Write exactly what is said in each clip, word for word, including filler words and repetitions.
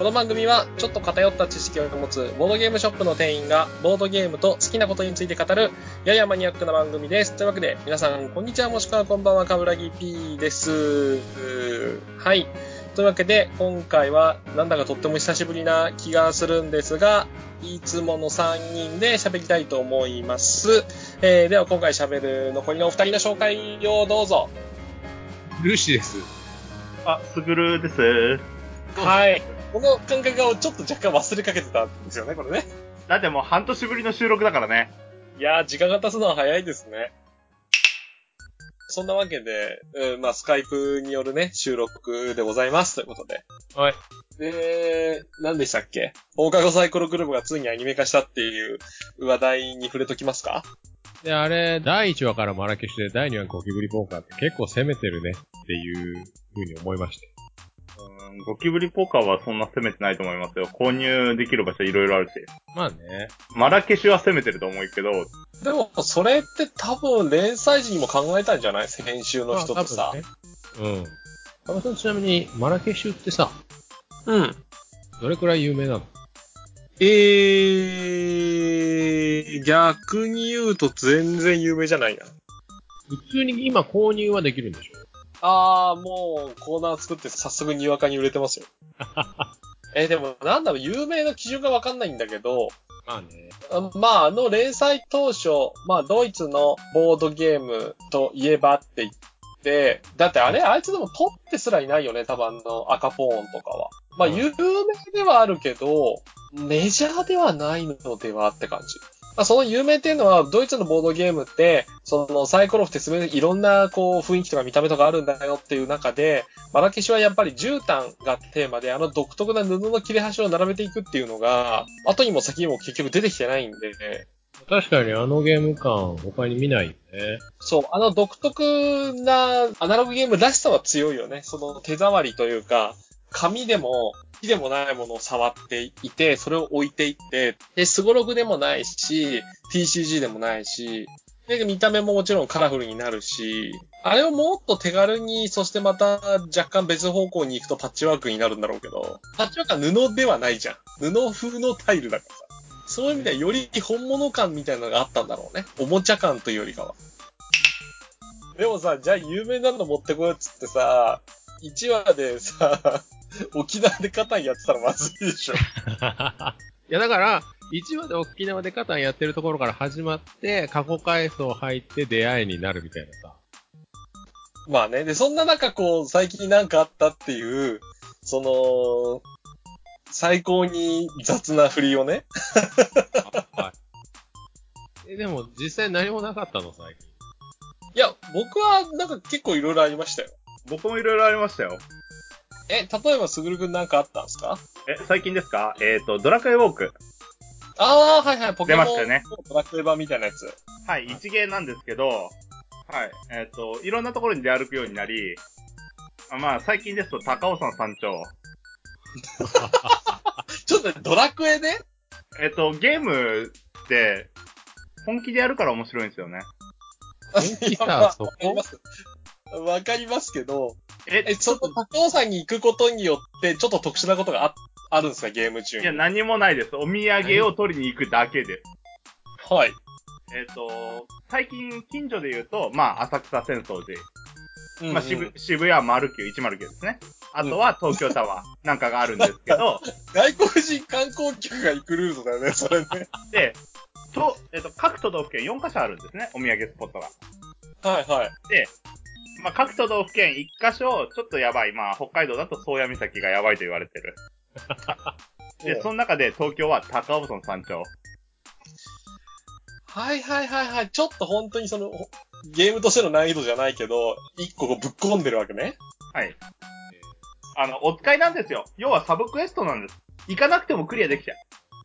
この番組はちょっと偏った知識を持つボードゲームショップの店員がボードゲームと好きなことについて語るややマニアックな番組です。というわけで皆さんこんにちはもしくはこんばんは、かぶらぎ P です。はい。というわけで今回はなんだかとっても久しぶりな気がするんですが、いつものさんにんで喋りたいと思います。えー、では今回喋る残りのお二人の紹介をどうぞ。 ルーシーです。 あ、すぐるです。 はい。この感覚をちょっと若干忘れかけてたんですよね、これね。 だってもう半年ぶりの収録だからね。 いやー、時間が経つのは早いですね。そんなわけで、うん、まあ、スカイプによるね、収録でございます。ということで。 はい。 で、何でしたっけ？放課後サイコロクラブがついにアニメ化したっていう話題に触れときますか？ で、あれ、だいいちわからマラケシュでだいにわゴキブリポーカーって結構攻めてるねっていう風に思いまして。 うーん、ゴキブリポーカーはそんな攻めてないと思いますよ。購入できる場所いろいろあるし。 まあね。 マラケシュは攻めてると思うけど。 でも、それって多分連載時にも考えたんじゃない？編集の人とさ。 ね、うん。かばさんちなみに、マラケシュってさ、 うん。 どれくらい有名なの？ えー、逆に言うと全然有名じゃないな。 普通に今購入はできるんでしょ？ あー、もうコーナー作って早速にわかに売れてますよ。えー、でもなんだろう、有名な基準がわかんないんだけど、 まあね。 まあ、あの連載当初、まあ、ドイツのボードゲームといえばって言って、だってあれ、あいつでも取ってすらいないよね、多分あの赤ポーンとかは。まあ、有名ではあるけど、メジャーではないのではって感じ。まあ、その有名っていうのは、ドイツのボードゲームって、そのサイコロってすごいいろんなこう雰囲気とか見た目とかあるんだよっていう中で、マラケシュはやっぱり絨毯がテーマで、あの独特な布の切れ端を並べていくっていうのが、後にも先にも結局出てきてないんで、 確かにあのゲーム感他に見ないよね。 そう、あの独特なアナログゲームらしさは強いよね。その手触りというか、紙でも木でもないものを触っていて、それを置いていって、で、スゴログでもないし、ティーシージー でもないし、で、見た目ももちろんカラフルになるし、あれをもっと手軽に、そしてまた若干別方向に行くとパッチワークになるんだろうけど、パッチワークは布ではないじゃん。布風のタイルだからさ。そういう意味ではより本物感みたいなのがあったんだろうね。おもちゃ感というよりかは。でもさ、じゃあ有名なの持ってこようっつってさ、いちわでさ、沖縄でカタンやってたらまずいでしょ。 いやだから、いちわで沖縄でカタンやってるところから始まって、過去回想入って出会いになるみたいなさ。 まあね。で、そんな中こう、最近なんかあったっていう、その、最高に雑な振りをね。 はい。え、でも実際何もなかったの最近。 いや、僕はなんか結構いろいろありましたよ。 僕もいろいろありましたよ。 え、例えばすぐるくんなんかあったんですか？ え、最近ですか？えーと、ドラクエウォーク。 ああ、はいはい、ポケモン出ましたよね。 ドラクエ版みたいなやつ。 はい、一芸なんですけど、はい、えーと、いろんなところに出歩くようになり、あまあ、最近ですと高尾山山頂。 ちょっとね、ドラクエでえっと、ゲームって、本気でやるから面白いんですよね。 本気さ、そこわかります。わかりますけど、 え、 え、ちょっと高尾山に行くことによって、ちょっと特殊なことがあ、あるんですか、ゲーム中に。 いや、何もないです。お土産を取りに行くだけです。 はい。 えっと、最近、近所で言うと、まあ、浅草浅草寺。 うんうん、 まあ、渋、渋谷マルキュー、いちまるきゅうですね。あとは東京タワーなんかがあるんですけど、 外国人観光客が行くルートだよね、それね。 で、と、えっと、各都道府県よんカ所あるんですね、お土産スポットが。 はいはい。 で、まあ、各都道府県いっカ所、ちょっとやばい。まあ、北海道だと宗谷岬がやばいと言われてる。で、その中で東京は高尾山山頂。 はいはいはいはい。ちょっと本当にその、ゲームとしての難易度じゃないけど、一個こうぶっ込んでるわけね。 はい。あの、お使いなんですよ。要はサブクエストなんです。行かなくてもクリアできちゃ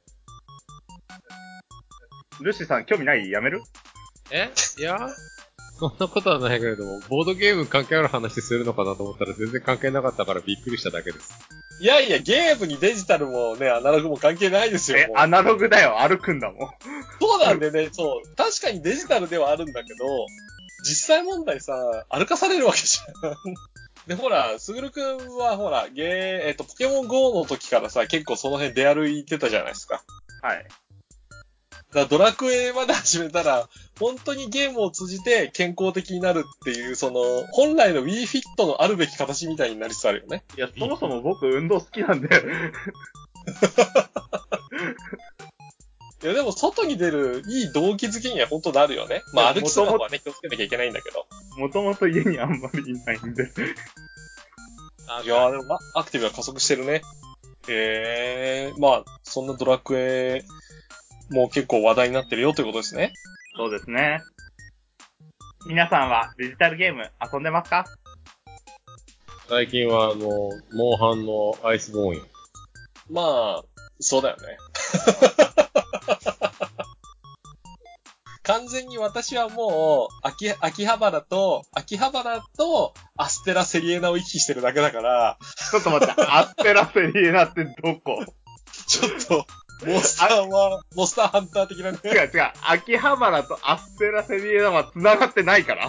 う。ルシーさん、興味ないやめる？ えいやそんなことはないけれども、ボードゲーム関係ある話するのかなと思ったら全然関係なかったからびっくりしただけです。 いやいや、ゲームにデジタルもね、アナログも関係ないですよ。 え、アナログだよ。歩くんだもん。 そうなんでね、そう。確かにデジタルではあるんだけど、実際問題さ、歩かされるわけじゃん。 で、ほら、すぐるくんはほら、ゲー、えっと、ポケモン ゴー の時からさ、結構その辺出歩いてたじゃないですか。 はい。 だからドラクエまで始めたら、本当にゲームを通じて健康的になるっていう、その、本来の Wii Fit のあるべき形みたいになりつつあるよね。 いや、そもそも僕運動好きなんで。 いや、でも外に出るいい動機づけには本当なるよね。まあ歩き姿はね、気をつけなきゃいけないんだけど。 もともと家にあんまりいないんで。 いやーでも、ま、アクティブが加速してるね。へえー、まあ、そんなドラクエ、もう結構話題になってるよということですね。 そうですね。皆さんはデジタルゲーム遊んでますか？ 最近はあの、モンハンのアイスボーンや。 まあ、そうだよね。完全に私はもう、秋、秋葉原と、秋葉原と、アステラセリエナを行き来してるだけだから、 ちょっと待って、アステラセリエナってどこ？ ちょっと、モンスターは、モンスターハンター的なね。 違う違う、秋葉原とアステラセリエナは繋がってないから。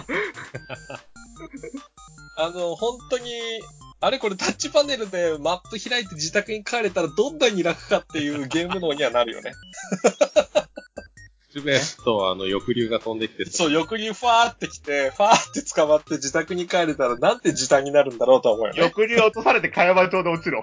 あの、本当に、あれこれタッチパネルでマップ開いて自宅に帰れたらどんなに楽かっていうゲーム脳にはなるよね。 シュベットあの、翼竜が飛んできてそう、翼竜ファーって来て、ファーって捕まって自宅に帰れたらなんて時短になるんだろうと思うよね。 翼竜落とされて茅場町で落ちろ。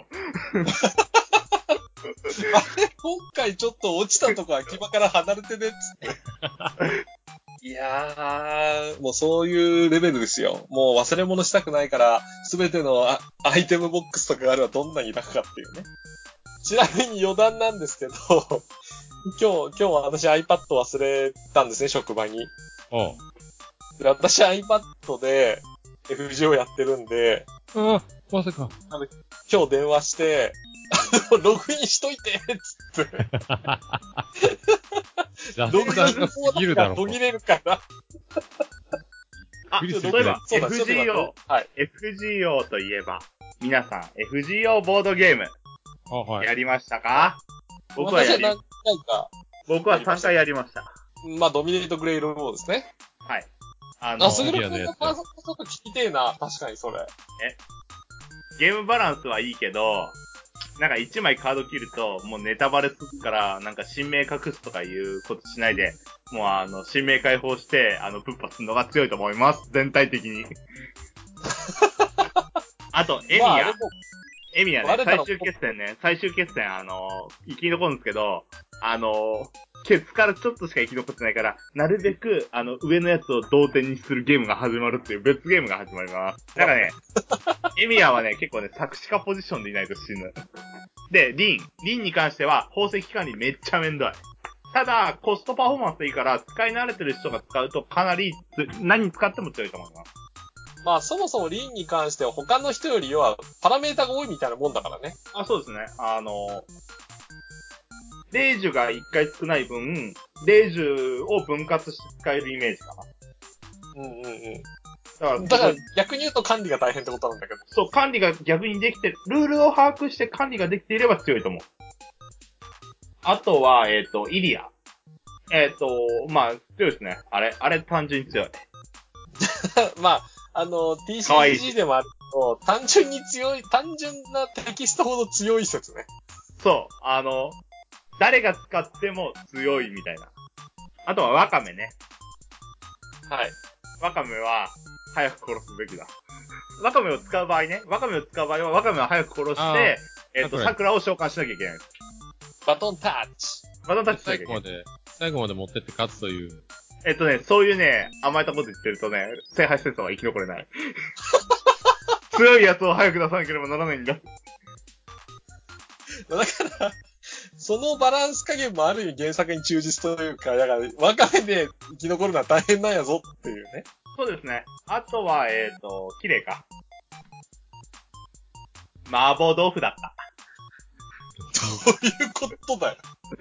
あれ今回ちょっと落ちたとこ秋葉から離れてねっつって。いやー、もうそういうレベルですよ。もう忘れ物したくないから、すべてのアアイテムボックスとかがあればどんなに楽かっていうね。ちなみに余談なんですけど、今日、今日は私 iPad 忘れたんですね、職場に。 おう。 で私 iPad で エフジーオー やってるんで、 ああ、まさか。 あの今日電話して、ログインしといてっつって。ログインが過ぎるだろ。 途切れるから。 あ、 びっくりするそういえば、 そうだエフジーオー、 はい。 エフジーオー といえば、皆さん、エフジーオー ボードゲーム、 あ、はい。 やりましたか？僕はやり、 私は何回か、 僕はさんかいやりました。 まあ、ドミネートグレイローですね。 はい。あのあ、すぐるくんの感想ちょっと聞きてえな。確かにそれ。 ゲームバランスはいいけど、なんかいちまいカード切ると、もうネタバレするから、なんか新名隠すとかいうことしないで、もうあの、新名解放して、あの、ぶっ破するのが強いと思います。全体的に。あと、エミヤ。 まああれもエミヤね、 バレたら最終決戦ね、最終決戦、あの、生き残るんですけど、あの、ケツからちょっとしか生き残ってないから、なるべく、あの、上のやつを同点にするゲームが始まるっていう別ゲームが始まります。なんかね、エミヤはね、結構ね、作詞家ポジションでいないと死ぬ。で、リン。リンに関しては、宝石管理めっちゃめんどい。ただ、コストパフォーマンスいいから、使い慣れてる人が使うとかなり、何使っても強いと思います。 まあ、そもそもリンに関しては他の人よりはパラメータが多いみたいなもんだからね。 あ、そうですね。あの、レージュがいっかい少ない分、レージュを分割して使えるイメージかな。 うんうんうん。 だから、 だから逆に言うと管理が大変ってことなんだけど。 そう、管理が逆にできてる。ルールを把握して管理ができていれば強いと思う。あとは、えっ、と、イリア。えっ、と、まあ、強いですね。あれ、あれ単純に強い。 まあ、あの、ティーシージー でもあると、単純に強い、単純なテキストほど強い説ね。 そう、あの、誰が使っても強いみたいな。あとはワカメね。 はい。 ワカメは、早く殺すべきだ。ワカメを使う場合ね。ワカメを使う場合は、ワカメを早く殺して、えっ、と、桜を召喚しなきゃいけない。 バトンタッチ。 バトンタッチしなきゃいけない。 最後まで、最後まで持ってって勝つという。 えっとね、そういうね、甘えたこと言ってるとね、聖杯戦争は生き残れない。強いやつを早く出さなければならないんだ。 だから、そのバランス加減もある意味原作に忠実というか、だから、ワカメで生き残るのは大変なんやぞっていうね。 そうですね。あとは、えっ、と、綺麗か。麻婆豆腐だった。 どういうことだよ。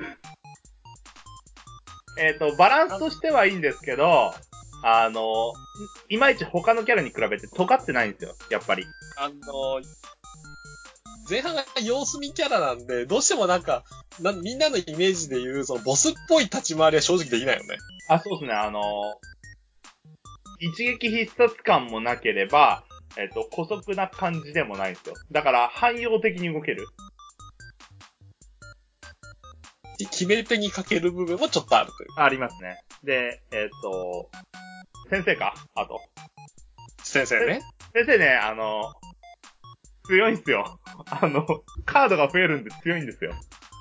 えっ、と、バランスとしてはいいんですけど、あの、いまいち他のキャラに比べて尖ってないんですよ、やっぱり。 あの、前半が様子見キャラなんで、どうしてもなんか、なみんなのイメージで言う、そのボスっぽい立ち回りは正直できないよね。 あ、そうですね、あの、一撃必殺感もなければ、 えっと、古速な感じでもないんですよ。だから、汎用的に動ける。 決め手にかける部分もちょっとあるという。 ありますね。で、えっと、先生かあと。 先生ね。 先生ね、あの、強いんすよ。あの、カードが増えるんで強いんですよ。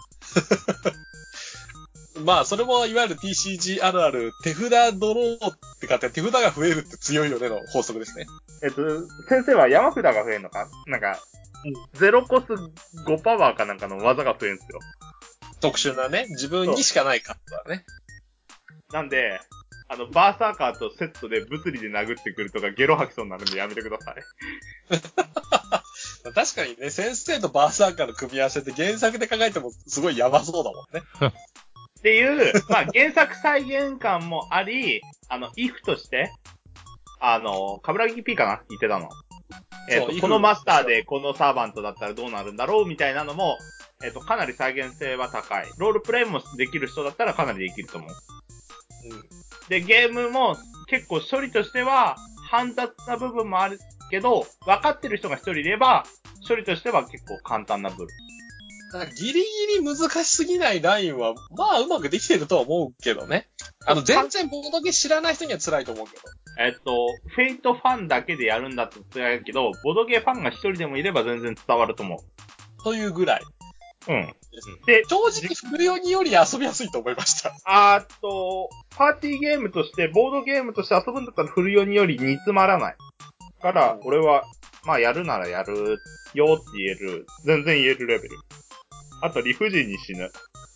まあ、それもいわゆる ティーシージー あるある、手札ドローってかって手札が増えるって強いよねの法則ですね。 えっと、先生は山札が増えるのかなんか、ゼロコスごパワーかなんかの技が増えるんですよ。 特殊なね、自分にしかないカードだね。 なんで、あの、バーサーカーとセットで物理で殴ってくるとかゲロ吐きそうになるんでやめてください。 確かにね、先生とバーサーカーの組み合わせって原作で考えてもすごいやばそうだもんね。 っていう、まあ原作再現感もあり、あの、イフとして、あの、カブラギ P かな言ってたの。えっと、このマスターでこのサーバントだったらどうなるんだろうみたいなのも、えっと、かなり再現性は高い。ロールプレイもできる人だったらかなりできると思う。うん。で、ゲームも結構処理としては煩雑な部分もあるけど、分かってる人が一人いれば、処理としては結構簡単な部分。 ギリギリ難しすぎないラインは、まあうまくできてるとは思うけどね。あの、全然ボードゲ知らない人には辛いと思うけど。 えっと、フェイトファンだけでやるんだって辛いけど、ボドゲファンが一人でもいれば全然伝わると思う。 というぐらい。 うん。 で、正直、フルヨニより遊びやすいと思いました。 あーと、パーティーゲームとして、ボードゲームとして遊ぶんだったらフルヨニより煮詰まらない。から、俺は、まあやるならやるよって言える、全然言えるレベル。あと理不尽に死ぬ。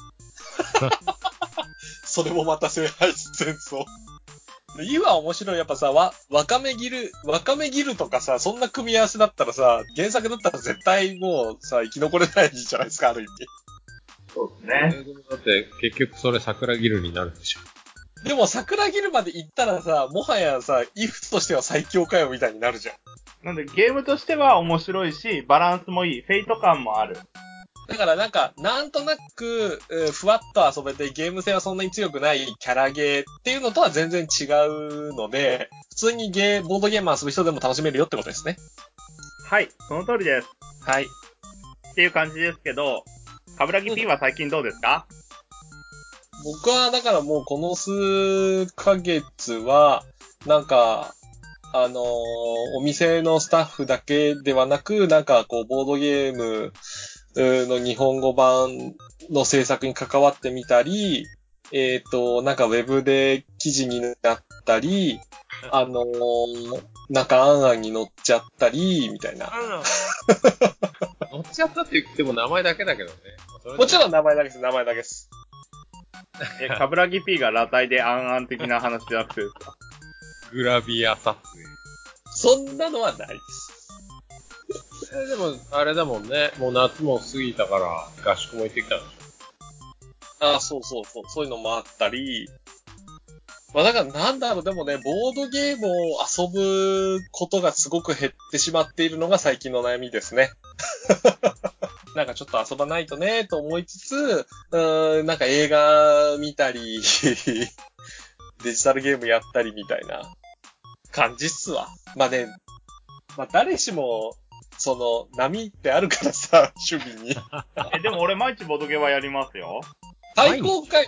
それもまた聖杯戦争。今面白い。やっぱさ、わ、わかめ切る、わかめ切るとかさ、そんな組み合わせだったらさ、原作だったら絶対もうさ、生き残れないじゃないですか、ある意味。 そうですね。 えー、だって結局それ桜ギルになるでしょ。 でも桜切るまで行ったらさ、もはやさ、イフとしては最強かよみたいになるじゃん。 なんでゲームとしては面白いし、バランスもいい。フェイト感もある。 だからなんか、なんとなく、ふわっと遊べてゲーム性はそんなに強くないキャラゲーっていうのとは全然違うので、普通にゲー、ボードゲーム遊ぶ人でも楽しめるよってことですね。 はい、その通りです。 はい。 っていう感じですけど、カブラギ P は最近どうですか？ 僕はだからもうこの数ヶ月は、なんか、あのー、お店のスタッフだけではなく、なんかこう、ボードゲーム、の日本語版の制作に関わってみたり、えっと、なんかウェブで記事になったり、あのー、なんかアンアンに載っちゃったり、みたいな。 乗っちゃったって言っても名前だけだけどね。 もちろん名前だけです、名前だけです。 え、カブラギ P が裸体でアンアン的な話じゃなくてですか？ グラビア撮影。 そんなのはないです。 えでも、あれだもんね。もう夏も過ぎたから合宿も行ってきたんでしょ。ああ、そうそうそう。そういうのもあったり。まあだからなんだろう、でもね、ボードゲームを遊ぶことがすごく減ってしまっているのが最近の悩みですね。なんかちょっと遊ばないとね、と思いつつ、うーん、なんか映画見たり、デジタルゲームやったりみたいな感じっすわ。まあね、まあ誰しも、その、波ってあるからさ、趣味に。 え、でも俺毎日ボドゲはやりますよ。 対抗会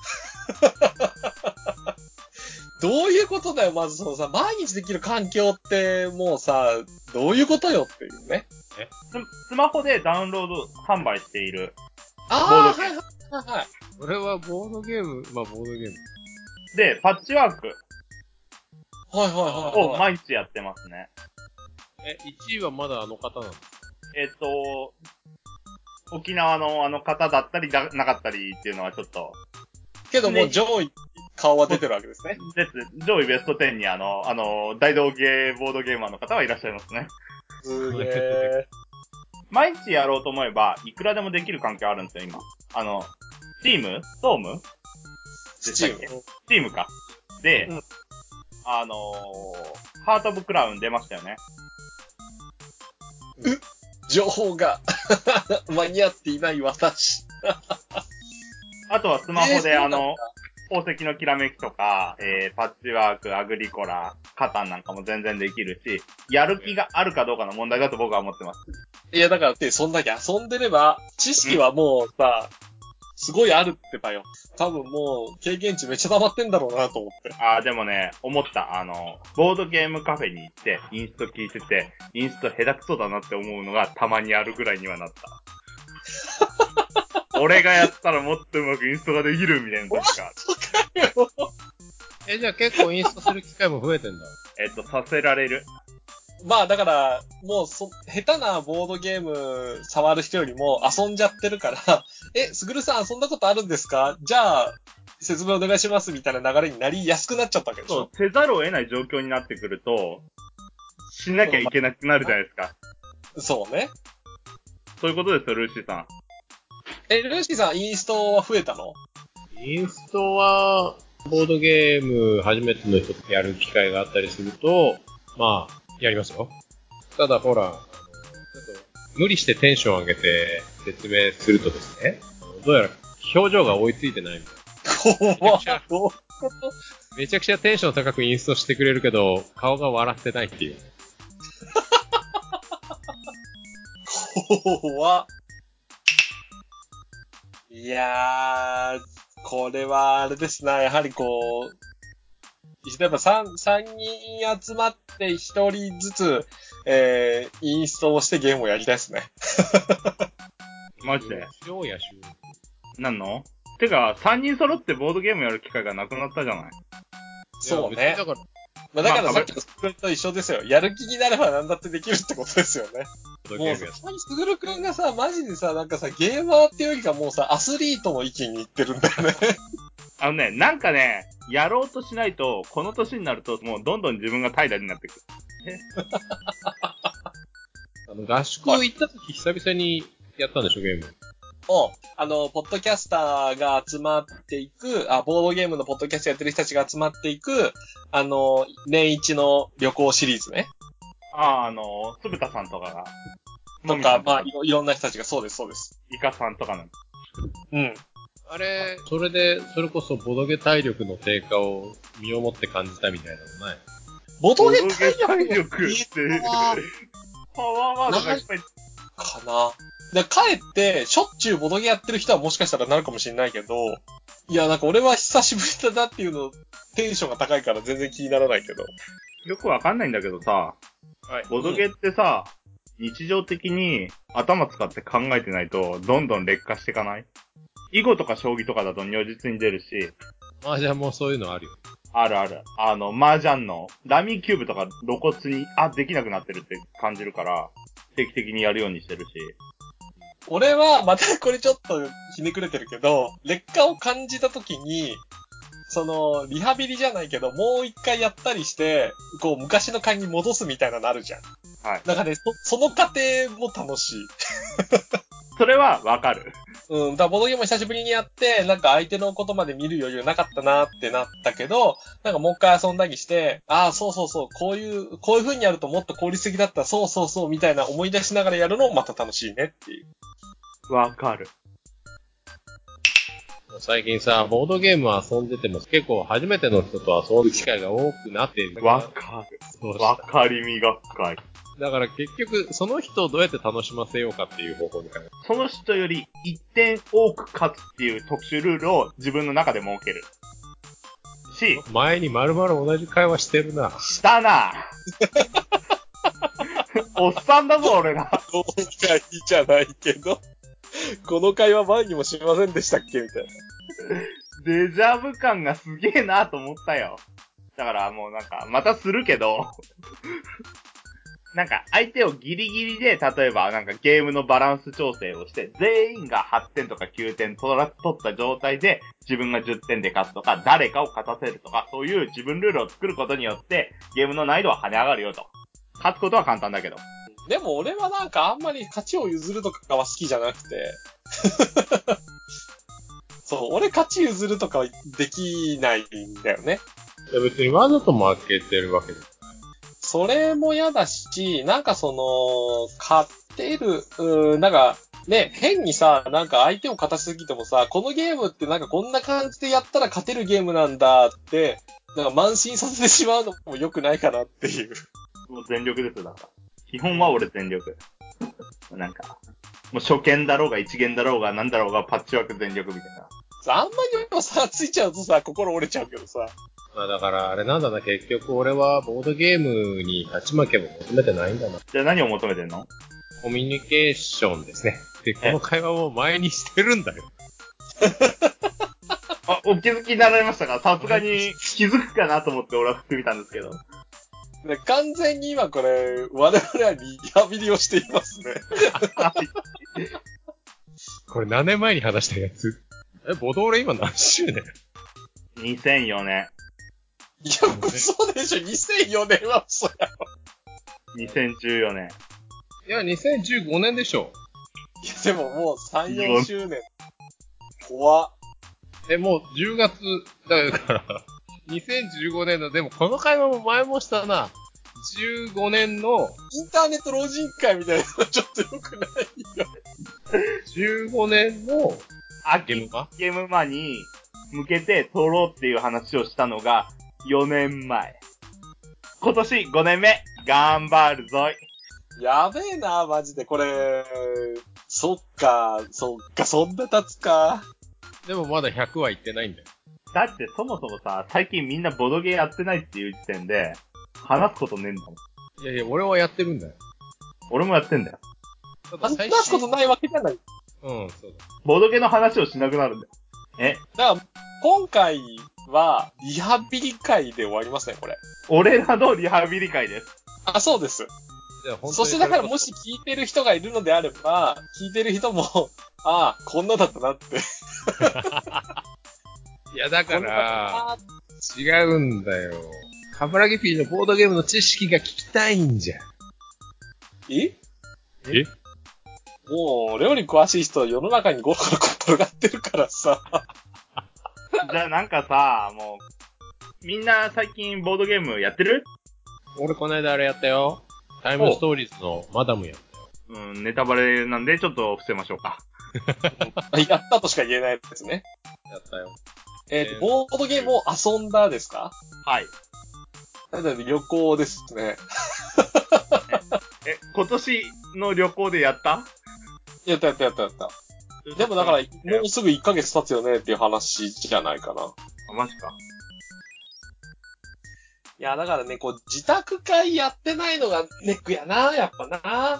どういうことだよ、まずそのさ、毎日できる環境って、もうさ、どういうことよっていうね。 えス、スマホでダウンロード販売している。 ああ、はいはいはいはい。 これはボードゲーム、まあボードゲーム。 で、パッチワークはいはいはい、はい。 を毎日やってますね。 え、いちいはまだあの方なの？ えっと、沖縄のあの方だったりだなかったりっていうのはちょっと。 けどもう上位、顔は出てるわけですね。 です。上位ベストじゅうにあの、あの、大道芸ボードゲーマーの方はいらっしゃいますね。 すげー。 毎日やろうと思えば、いくらでもできる環境あるんですよ、今。あの、スチーム？ストーム？ スチーム。 スチームか。で、うん、あのー、ハート・オブ・クラウン出ましたよね。 う情報が間に合っていない私。 あとはスマホで、えー、あの、宝石のきらめきとか、えー、パッチワーク、アグリコラ、 カタンなんかも全然できるし、やる気があるかどうかの問題だと僕は思ってます。 いや、だからって、そんだけ遊んでれば、知識はもうさ、すごいあるってばよ。多分もう、経験値めっちゃ溜まってんだろうなと思って。 ああ、でもね、思った。あの、ボードゲームカフェに行って、インスト聞いてて、インスト下手くそだなって思うのがたまにあるぐらいにはなった。俺がやったらもっとうまくインストができるみたいな時が。 え、じゃあ結構インストする機会も増えてんだ。 えっと、させられる。 まあだから、もうそ、下手なボードゲーム触る人よりも遊んじゃってるから、え、すぐるさん遊んだことあるんですか？じゃあ、説明お願いしますみたいな流れになりやすくなっちゃったわけでしょ？ そう、せざるを得ない状況になってくると、しなきゃいけなくなるじゃないですか。 そうね。 そういうことですよ、ルーシーさん。 え、ルーシーさんインストは増えたの？ インストは、ボードゲーム初めての人とやる機会があったりすると、まあ、やりますよ。ただほら、あの、ちょっと無理してテンション上げて説明するとですね、どうやら表情が追いついてないみたいな。 怖っ。 めちゃくちゃテンション高くインストしてくれるけど、顔が笑ってないっていう。 怖っ。いやー、これはあれですな、やはりこう、例えば3、三人集まってひとりずつ、えー、インストをしてゲームをやりたいですね。 マジで？ ようやしゅう。 なんの？てか、さんにん揃ってボードゲームやる機会がなくなったじゃない？ そうね。 だから、 まあ、だからさっきのスクールと一緒ですよ。やる気になれば何だってできるってことですよね。もうさ、スグルくんがさ、マジでさ、なんかさ、ゲーマーっていうよりかもうさ、アスリートの域に行ってるんだよね。 あのね、なんかね、やろうとしないと、この年になると、もうどんどん自分が怠惰になってくる。 あの合宿行った時久々にやったんでしょ、ゲーム。 を、あの、ポッドキャスターが集まっていく、あ、ボードゲームのポッドキャストやってる人たちが集まっていく、あの、年一の旅行シリーズね。 ああ、あの、つぶたさんとかが。 とか、まあいろ、いろんな人たちがそうです、そうです。 イカさんとかの。 うん。 あれ、それで、それこそボドゲ体力の低下を身をもって感じたみたいなのないボドゲ体体力って、パワーワードがいっぱい。 かな。で、かえって、しょっちゅうボドゲやってる人はもしかしたらなるかもしれないけど、いや、なんか俺は久しぶりだなっていうの、テンションが高いから全然気にならないけど。 よくわかんないんだけどさ、 はい。 ボドゲってさ、うん、日常的に頭使って考えてないと、どんどん劣化していかない？囲碁とか将棋とかだと如実に出るし。 麻雀もそういうのあるよ。 あるある。あの、麻雀のラミーキューブとか露骨に、あ、できなくなってるって感じるから、定期的にやるようにしてるし。 俺は、またこれちょっとひねくれてるけど、劣化を感じたときに、その、リハビリじゃないけど、もう一回やったりして、こう、昔の感に戻すみたいなのあるじゃん。 はい。 だからね、そ、その過程も楽しい。 それはわかる。 うん。だからボードゲーム久しぶりにやって、なんか相手のことまで見る余裕なかったなってなったけど、なんかもう一回遊んだりして、ああ、そうそうそう、こういう、こういう風にやるともっと効率的だった、そうそうそう、みたいな思い出しながらやるのもまた楽しいねっていう。 わかる。 最近さ、ボードゲーム遊んでても結構初めての人と遊ぶ機会が多くなっている。 わかる。わかりみが深い。 だから結局、その人をどうやって楽しませようかっていう方向に考える。 その人より一点多く勝つっていう特殊ルールを自分の中で設ける。し、 前に丸々同じ会話してるな。 したなおっさんだぞ、俺ら。 今回じゃないけど、この会話前にもしませんでしたっけみたいな。 デジャブ感がすげえなと思ったよ。だからもうなんか、またするけど、なんか相手をギリギリで、例えばなんかゲームのバランス調整をして、全員がはってんとかきゅうてん取ら取った状態で、自分がじゅってんで勝つとか、誰かを勝たせるとか、そういう自分ルールを作ることによって、ゲームの難易度は跳ね上がるよと。勝つことは簡単だけど。 でも俺はなんかあんまり勝ちを譲るとかは好きじゃなくて。そう、俺勝ち譲るとかはできないんだよね。 いや別にわざと負けてるわけです。 それも嫌だし、なんかその、勝てる、うーん、なんか、ね、変にさ、なんか相手を勝たしすぎてもさ、このゲームってなんかこんな感じでやったら勝てるゲームなんだって、 なんか慢心させてしまうのも良くないかなっていう。 もう全力ですよ、だから。基本は俺全力。なんか、もう初見だろうが一見だろうがなんだろうがパッチワーク全力みたいな。 あんまりも差ついちゃうとさ、心折れちゃうけどさ。 まあだからあれなんだな、結局俺はボードゲームに勝ち負けも求めてないんだな。 じゃあ何を求めてんの？ コミュニケーションですね。で、この会話を前にしてるんだよ。 あ、お気づきになられましたか？さすがに気づくかなと思って俺は振ってみたんですけど。 で完全に今これ、我々はリハビリをしていますね。 これ何年前に話したやつ？え、ボドーレ今何周年？ にせんよねいや、嘘でしょ。にせんよねんは嘘やろ。 ん。にせんじゅうよねん。 いや、にせんじゅうごねんでしょ。 いや、でももうさん、よんしゅうねん。怖っ。 え、もうじゅうがつ、だから、にせんじゅうごねんの、でもこの会話も前もしたな。じゅうごねんの、 インターネット老人会みたいなのちょっと良くないよ。 じゅうごねんの、 秋ゲームマゲームマに向けて撮ろうっていう話をしたのがよねんまえ。今年ごねんめ、頑張るぞい。 やべえな、マジで。これ、そっか、そっか、そんな経つか。 でもまだひゃくは行ってないんだよ。 だってそもそもさ、最近みんなボドゲーやってないっていう時点で、話すことねえんだもん。 いやいや、俺はやってるんだよ。 俺もやってんだよ。 ただ話すことないわけじゃない。 うん、そうだ。 ボドゲの話をしなくなるんだよ。えだから、今回は、リハビリ会で終わりますね、これ。 俺らのリハビリ会です。 あ、そうです。 じゃあ本当にそしてだからもし聞いてる人がいるのであれば、聞いてる人も、ああ、こんなだったなって。 いや、だかこんなだら、 ったな違うんだよ。カブラギピーのボードゲームの知識が聞きたいんじゃん。 ええもう、料理詳しい人世の中にゴロゴロ転がってるからさ。 じゃあなんかさ、もう、みんな最近ボードゲームやってる？ 俺この間あれやったよ。タイムストーリーズのマダムやったよ。 うん、ネタバレなんでちょっと伏せましょうか。 やったとしか言えないですね。 やったよ。 えっ、と、 えーボードゲームを遊んだですか？ はい。 だって旅行ですね。 え、今年の旅行でやった？ やったやったやったやった。でもだから、もうすぐいっかげつ経つよねっていう話じゃないかな。 あ、マジか。 いや、だからね、こう、自宅会やってないのがネックやな、やっぱな。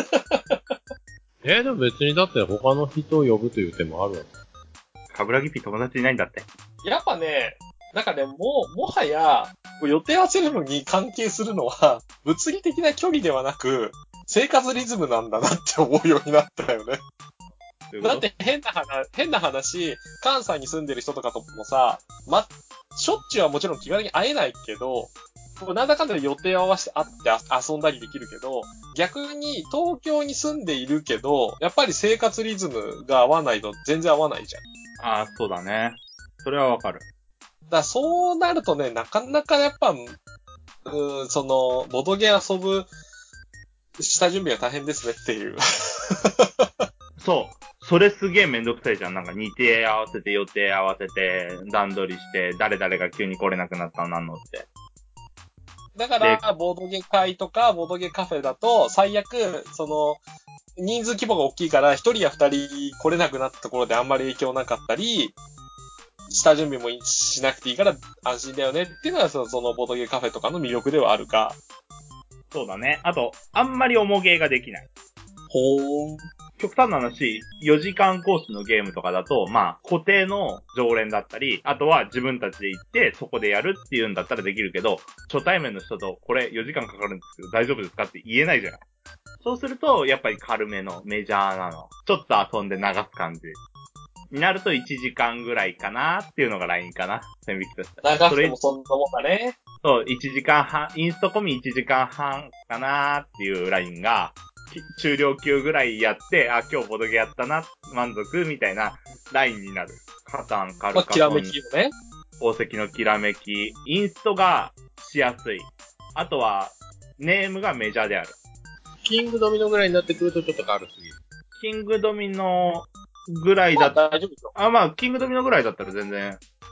えー、でも別にだって他の人を呼ぶという手もあるわけ。 カブラギピ友達いないんだって。 やっぱね、なんかね、もう、もはや、こう予定合わせるのに関係するのは、物理的な距離ではなく、生活リズムなんだなって思うようになったよね。だって変な話、変な話、関西に住んでる人とかともさ、ま、しょっちゅうはもちろん気軽に会えないけど、こうなんだかんだで予定を合わせて会って遊んだりできるけど、逆に東京に住んでいるけど、やっぱり生活リズムが合わないと全然合わないじゃん。 ああ、そうだね。それはわかる。 だからそうなるとね、なかなかやっぱ、うーその、ボドゲ遊ぶ下準備が大変ですねっていう。 そう。それすげえめんどくさいじゃん。なんか日程合わせて予定合わせて段取りして誰々が急に来れなくなったのなんのって。 だから、ボードゲ会とか、ボードゲカフェだと、最悪、その、人数規模が大きいから、一人や二人来れなくなったところであんまり影響なかったり、下準備もしなくていいから安心だよねっていうのが、その、そのボードゲカフェとかの魅力ではあるが。 そうだね。あと、あんまり重ゲーができない。 ほーん。 極端な話、よじかんコースのゲームとかだと、まあ、固定の常連だったり、あとは自分たちで行って、そこでやるっていうんだったらできるけど、初対面の人と、これよじかんかかるんですけど、大丈夫ですかって言えないじゃない。そうすると、やっぱり軽めのメジャーなの。ちょっと遊んで流す感じ。になるといちじかんぐらいかなっていうのがラインかな。線引きとして。 長くてもそんなもんだね。 そう、いちじかんはん、インスト込みいちじかんはんかなっていうラインが、中量級ぐらいやって、あ、今日ボドゲやったな、満足みたいなラインになる。カタン、カルカソン、 まあ、きらめきよね。 宝石のきらめき、インストがしやすい。あとは、ネームがメジャーである。 キングドミノぐらいになってくるとちょっと軽すぎる。 キングドミノぐらいだったら、 まあ、大丈夫ですよ。 あ、まあ、キングドミノぐらいだったら全然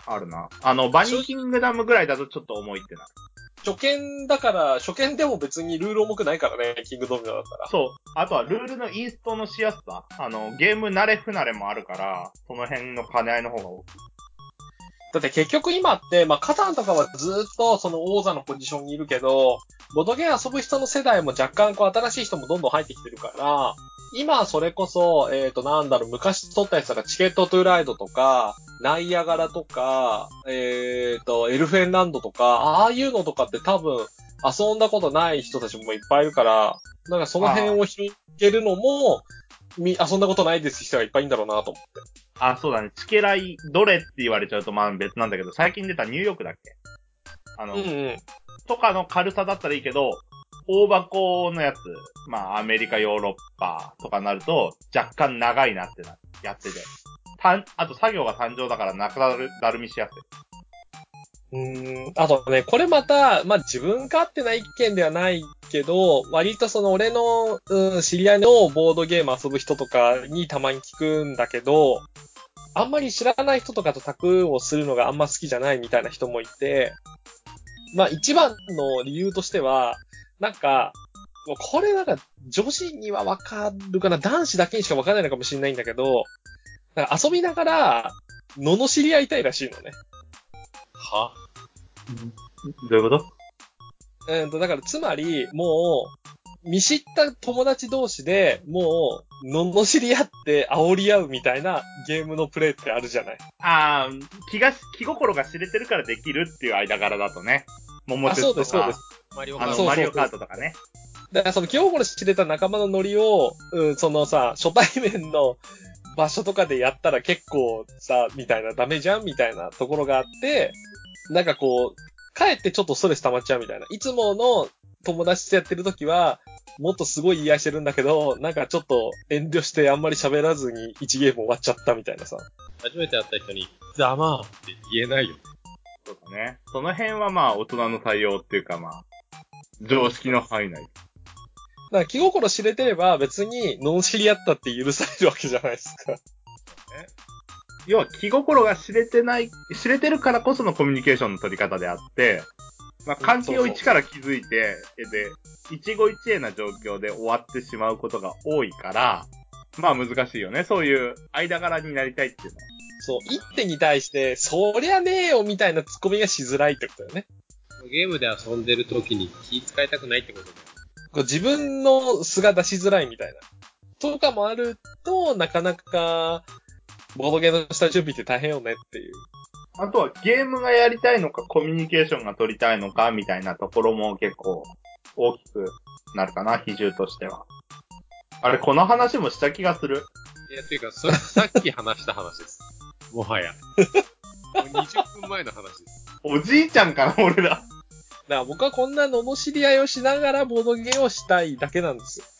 あるな。あの、バニーキングダムぐらいだとちょっと重いってな。 初見だから、初見でも別にルール重くないからね、キングドミナだったら。 そう。あとはルールのインストのしやすさ。あの、ゲーム慣れ不慣れもあるから、その辺の兼ね合いの方が大きい。 だって結局今って、まあ、カタンとかはずーっとその王座のポジションにいるけど、ボドゲー遊ぶ人の世代も若干こう新しい人もどんどん入ってきてるから、今それこそ、えっとなんだろう、昔撮ったやつだからチケットトゥーライドとか、ナイアガラとか、えっと、エルフェンランドとか、ああいうのとかって多分遊んだことない人たちもいっぱいいるから、なんかその辺を広げるのも、み、遊んだことないです人がいっぱいいるんだろうなと思って。 あ、そうだね。チケライ、どれって言われちゃうとまあ別なんだけど、最近出たニューヨークだっけあの、 うんうん。 とかの軽さだったらいいけど、大箱のやつ、まあアメリカ、ヨーロッパとかになると、若干長いなってな、やってて。たん、あと作業が単純だから中だる、だるみしやすい。 うーん。あとね、これまた、まあ、自分勝手な意見ではないけど、割とその俺の、うん、知り合いのボードゲーム遊ぶ人とかにたまに聞くんだけど、あんまり知らない人とかとタクをするのがあんま好きじゃないみたいな人もいて、まあ、一番の理由としては、なんか、もうこれなんか女子にはわかるかな、男子だけにしかわかんないのかもしれないんだけど、なんか遊びながら、罵り合いたいらしいのね。 はどういうことうんと、だからつまり、もう、見知った友達同士で、もう、罵り合って煽り合うみたいなゲームのプレイってあるじゃない。 ああ、気が、気心が知れてるからできるっていう間柄だとね。桃鉄とか。 あ、そうです、そうです。 マリオあの、 そうそうそうマリオカートとかね。 だからその気心知れた仲間のノリを、うん、そのさ、初対面の場所とかでやったら結構さ、みたいなダメじゃんみたいなところがあって、なんかこう、かえってちょっとストレス溜まっちゃうみたいな。いつもの友達とやってるときは、もっとすごい言い合いしてるんだけど、なんかちょっと遠慮してあんまり喋らずにいちゲーム終わっちゃったみたいなさ。 初めて会った人に、ざまーって言えないよ。 そうだね。その辺はまあ、大人の対応っていうかまあ、常識の範囲内。 だから気心知れてれば別に罵り合ったって許されるわけじゃないですか。 要は気心が知れてない、知れてるからこそのコミュニケーションの取り方であって、まあ、関係を一から築いて、で、一期一会な状況で終わってしまうことが多いから、まあ難しいよね。そういう間柄になりたいっていうのは。 そう、一手に対して、そりゃねえよみたいなツッコミがしづらいってことだよね。 ゲームで遊んでる時に気使いたくないってことだよ。 こう自分の素が出しづらいみたいな。とかもあると、なかなか、ボードゲームの下準備って大変よねっていう。 あとはゲームがやりたいのか、コミュニケーションが取りたいのか、みたいなところも結構大きくなるかな、比重としては。あれ、この話もした気がする。 いや、ていうか、それさっき話した話です。もはや。もうにじゅっぷんまえの話です。 おじいちゃんかな、俺ら。 だから僕はこんな罵り合いをしながらボードゲームをしたいだけなんですよ。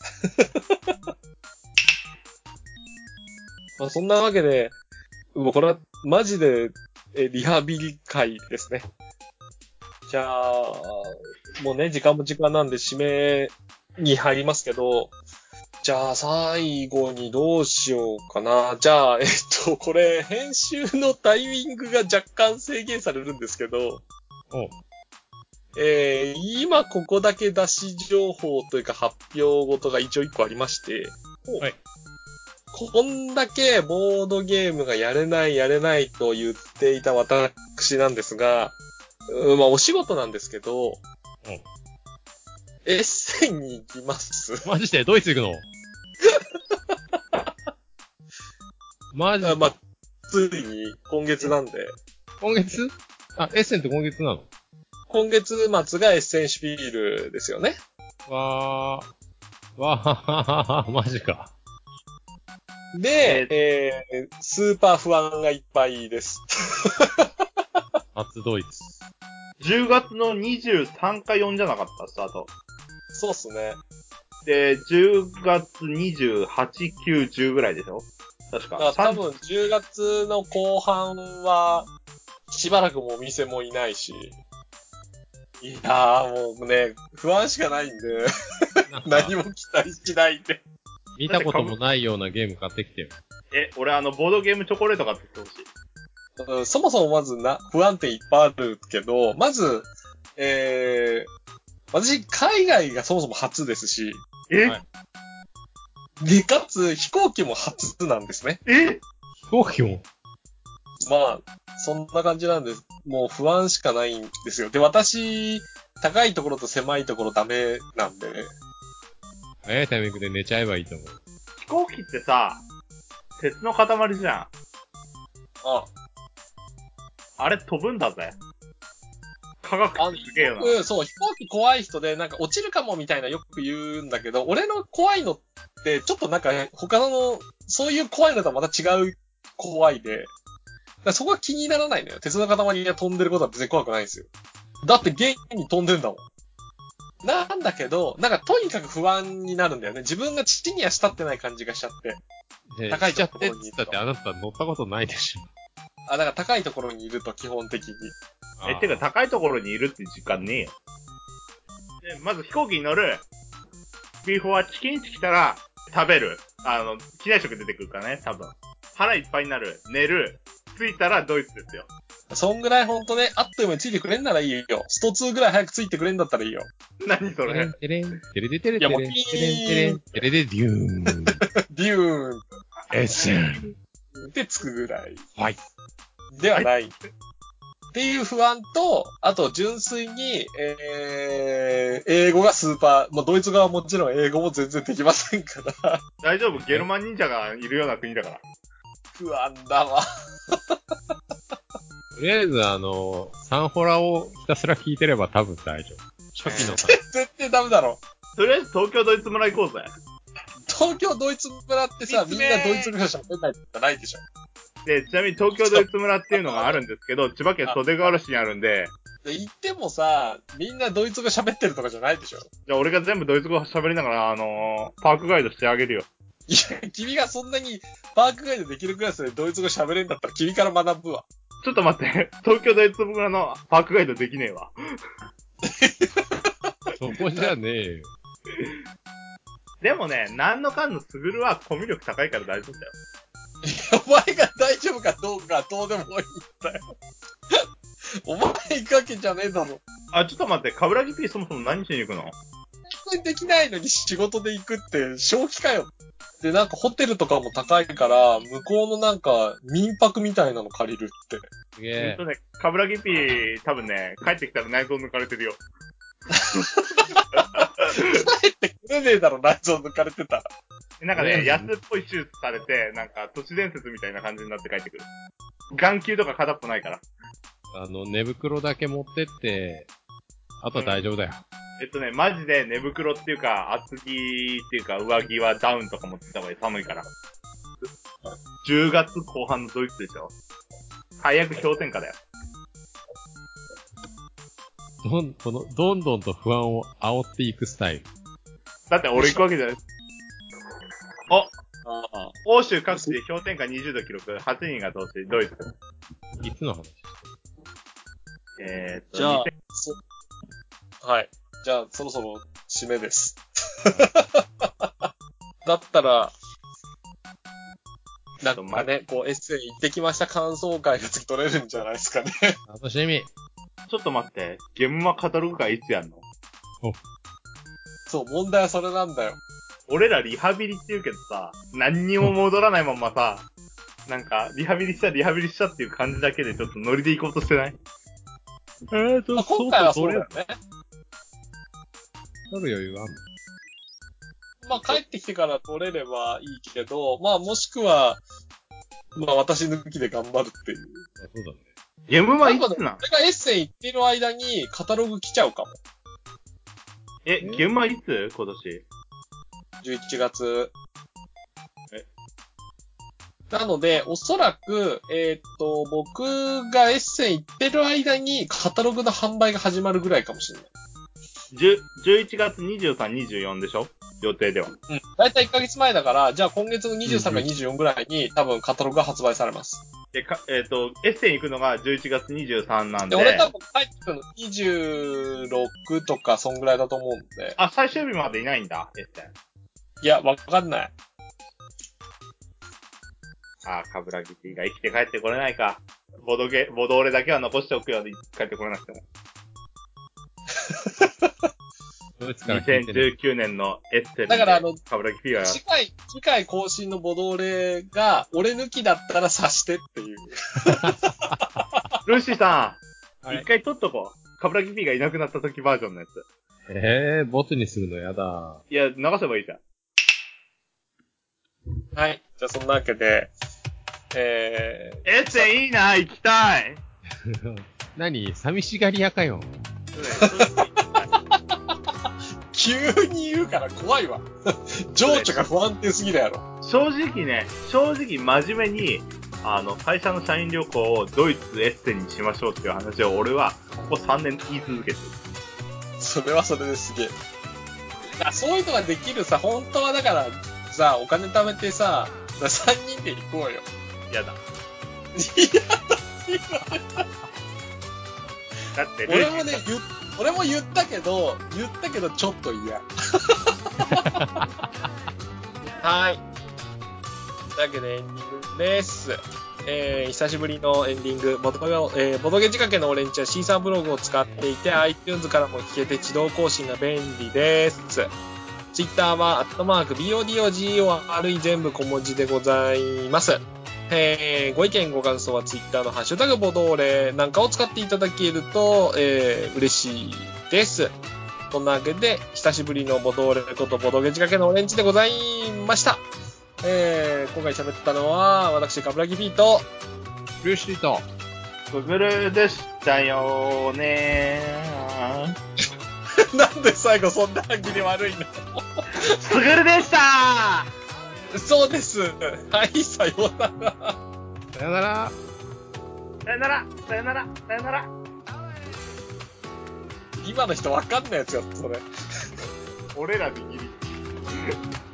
まあそんなわけで、もうこれはマジでえリハビリ会ですね。じゃあ、もうね、時間も時間なんで締めに入りますけど、じゃあ最後にどうしようかな。じゃあ、えっと、これ編集のタイミングが若干制限されるんですけど、 おえー、今ここだけ出し情報というか発表事が一応一個ありまして、 はい。 こんだけボードゲームがやれないやれないと言っていた私なんですが、うん、まあお仕事なんですけど、 うん。 エッセンに行きます。 マジでドイツ行くのマジで、 まあ、ついに今月なんで、 今月あ、エッセンって今月なの今月末がエッセンシュピールですよね。 わー、わーはははは、マジか。 で、えー、スーパー不安がいっぱいです。 初ドイツ。 じゅうがつのにじゅうさんかよんじゃなかった、スタート。 そうっすね。 で、じゅうがつにじゅうはち、きゅう、じゅうぐらいでしょ確か。 だから多分じゅうがつの後半は、しばらくもうお店もいないし。いやーもうね、不安しかないんで、何も期待しないで。 見たこともないようなゲーム買ってきてよ。 え、俺あの、ボードゲームチョコレート買ってきてほしい。 うん、そもそもまずな、不安定いっぱいあるけど、まず、えー、私、海外がそもそも初ですし、 え、 はいで、かつ、飛行機も初なんですね。 え飛行機も。 まあ、そんな感じなんです。もう不安しかないんですよ。で、私、高いところと狭いところダメなんで、 早いタイミングで寝ちゃえばいいと思う。 飛行機ってさ、鉄の塊じゃん。 あ、 あれ飛ぶんだぜ。科学あってすげえよな。 うん、そう、飛行機怖い人で、なんか落ちるかもみたいなよく言うんだけど、俺の怖いのって、ちょっとなんか、他の、そういう怖いのとはまた違う怖いで、だからそこは気にならないのよ。鉄の塊が飛んでることは別に怖くないんですよ。だって元気に飛んでんだもん。なんだけど、なんかとにかく不安になるんだよね。自分が地には浸ってない感じがしちゃって。 で高いしちゃってっところにつったってあなた乗ったことないでしょ。 あ、だから高いところにいると基本的に。 え、てか高いところにいるって時間ねえよ。で、まず飛行機に乗る。ビーフォはチキンって来たら、食べる。あの、機内食出てくるからね、多分。腹いっぱいになる。寝る。着いたらドイツですよ。 そんぐらいほんとね、あっという間についてくれんならいいよ。ストツーぐらい早くついてくれんだったらいいよ。 何そテレンれ。 テレン、テレデテレいやもうテレン、テレンテレン、テレデデューン。 デューンエッセン。 でつくぐらい。 はい。 ではない。っていう不安と、あと純粋に、えー、英語がスーパー、まあ、ドイツ語はもちろん英語も全然できませんから、 大丈夫、ゲルマン忍者がいるような国だから。 不安だわ。 とりあえず、あの、サンホラをひたすら聞いてれば多分大丈夫。初期の話。 絶対ダメだろ。 とりあえず東京ドイツ村行こうぜ。 東京ドイツ村ってさ、みん三つ目なドイツ語しか喋んないとかないでしょ。 で、ちなみに東京ドイツ村っていうのがあるんですけど、千葉県袖ヶ浦市にあるんで、 で言ってもさ、みんなドイツ語喋ってるとかじゃないでしょ。 じゃあ俺が全部ドイツ語喋りながら、あのー、パークガイドしてあげるよ。 いや、君がそんなにパークガイドできるクラスでドイツ語喋れんだったら君から学ぶわ。 ちょっと待って、東京ドイツ村のパークガイドできねえわ。 そこじゃねえよ。 でもね、なんのかんのスグルはコミュ力高いから大丈夫だよ。 お前が大丈夫かどうかはどうでもいいんだよ。お前行くわけじゃねえだろ。 あ、ちょっと待って、カブラギ P そもそも何しに行くの？ できないのに仕事で行くって正気かよ。で、なんかホテルとかも高いから、向こうのなんか民泊みたいなの借りるって。 すげえほんと。ね、カブラギ P 多分ね、帰ってきたら内臓抜かれてるよ。 帰ってくれねえだろ、内臓抜かれてたら。 なんかね、 うん安っぽい手術されて、なんか都市伝説みたいな感じになって帰ってくる。眼球とか片っぽないから。 あの、寝袋だけ持ってって、あとは大丈夫だよ。 えっとね、マジで寝袋っていうか、厚着っていうか、上着はダウンとか持ってった方がいい。寒いから。じゅうがつこう半のドイツでしょ。最悪氷点下だよ。 どん、この、どんどんと不安を煽っていくスタイル。 だって俺行くわけじゃない。おああ。 欧州各地で氷点下にじゅうど記録、はちにんが投資、ドイツ。 いつの話？ えーっと、 じゃあにせん、 そ、はい。じゃあ、そろそろ締めです。だったら、なんかね、こうエッセイ行ってきました感想会が次取れるんじゃないですかね。 楽しみ。 ちょっと待って、ゲームマカタログ会いつやんの？ そう、問題はそれなんだよ。 俺らリハビリって言うけどさ、何にも戻らないまんまさ、なんか、リハビリした、リハビリしたっていう感じだけでちょっとノリで行こうとしてない？ えーとまあ、今回はそうだよね。 取る余裕があんの？ まあ、帰ってきてから取れればいいけど、まあ、もしくは、まあ、私抜きで頑張るっていう。 あ、そうだね。 ゲームマい多分つなん？ 俺がエッセイ行ってる間にカタログ来ちゃうかも。 え、ゲームマいつ？今年。 じゅういちがつ。 えなので、おそらく、えーっと、僕がエッセイ行ってる間にカタログの販売が始まるぐらいかもしれない。 10 じゅういちがつにじゅうさん、にじゅうよんでしょ？予定では。 うん。だいたいいっかげつまえだから、じゃあ今月のにじゅうさんかにじゅうよんぐらいに多分カタログが発売されます。 で、か、えっ、と、エッセイに行くのがじゅういちがつにじゅうさんなんで。 で、俺多分帰ってくるのにじゅうろくとかそんぐらいだと思うんで。 あ、最終日までいないんだ、エッセイ。 いや、わかんない。 あ、カブラギティが生きて帰ってこれないか。 ボドゲ、ボドオレだけは残しておくように帰ってこれなくても。 ドイツからにせんじゅうきゅうねんのエッセンだからあの、 カブラギフィギュア。 次回、次回更新のボドオレが、俺抜きだったら察してっていう。 ルーシーさん、 はい一回撮っとこう。カブラギフィがいなくなった時バージョンのやつ。 えー、ボツにするのやだ。 いや、流せばいいじゃん。 はい。じゃあそんなわけで、えー、 エッセンいいな、行きたい。 何寂しがり屋かよ。 急に言うから怖いわ。情緒が不安定すぎだやろ。 正直ね、正直真面目に、あの、会社の社員旅行をドイツエッセンにしましょうっていう話を俺は、ここさんねん言い続けてる。 それはそれですげえ。あ、そういうのができるさ、本当はだからさ、お金貯めてさ、さんにんで行こうよ。 やだ。 嫌だって言われた。 だって、 俺もね、言っ、俺も言ったけど、言ったけどちょっと嫌。はい。というわけでエンディングです。えー、久しぶりのエンディング、ボトゲ、えー、ボトゲ仕掛けのオレンジはシーサーブログを使っていて、iTunes からも聞けて自動更新が便利です。Twitter は、アットマーク、ビーオーディーオージーオーアールイー 全部小文字でございます。えー、ご意見ご感想は Twitter のハッシュタグボドーレなんかを使っていただけると、えー、嬉しいです。そんなわけで、久しぶりのボドーレことボドゲ仕掛けのオレンジでございました。えー、今回喋ったのは、私、カブラギビート、 ルーシーと、 ググルでしたよーねー。 なんで最後そんな歯切れ悪いの？ すぐるでしたーそうです。はい、さようなら。 さよなら。 さよならさよならさよなら。 今の人わかんないやつよ、それ。 俺らでギリ。